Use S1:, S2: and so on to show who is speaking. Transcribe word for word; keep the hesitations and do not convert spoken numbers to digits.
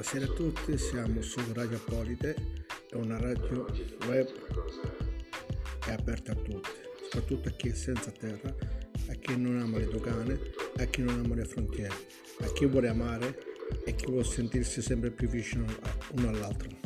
S1: Buonasera a tutti, siamo su Radio Apolide, è una radio web è aperta a tutti, soprattutto a chi è senza terra, a chi non ama le dogane, a chi non ama le frontiere, a chi vuole amare e chi vuole sentirsi sempre più vicino uno all'altro.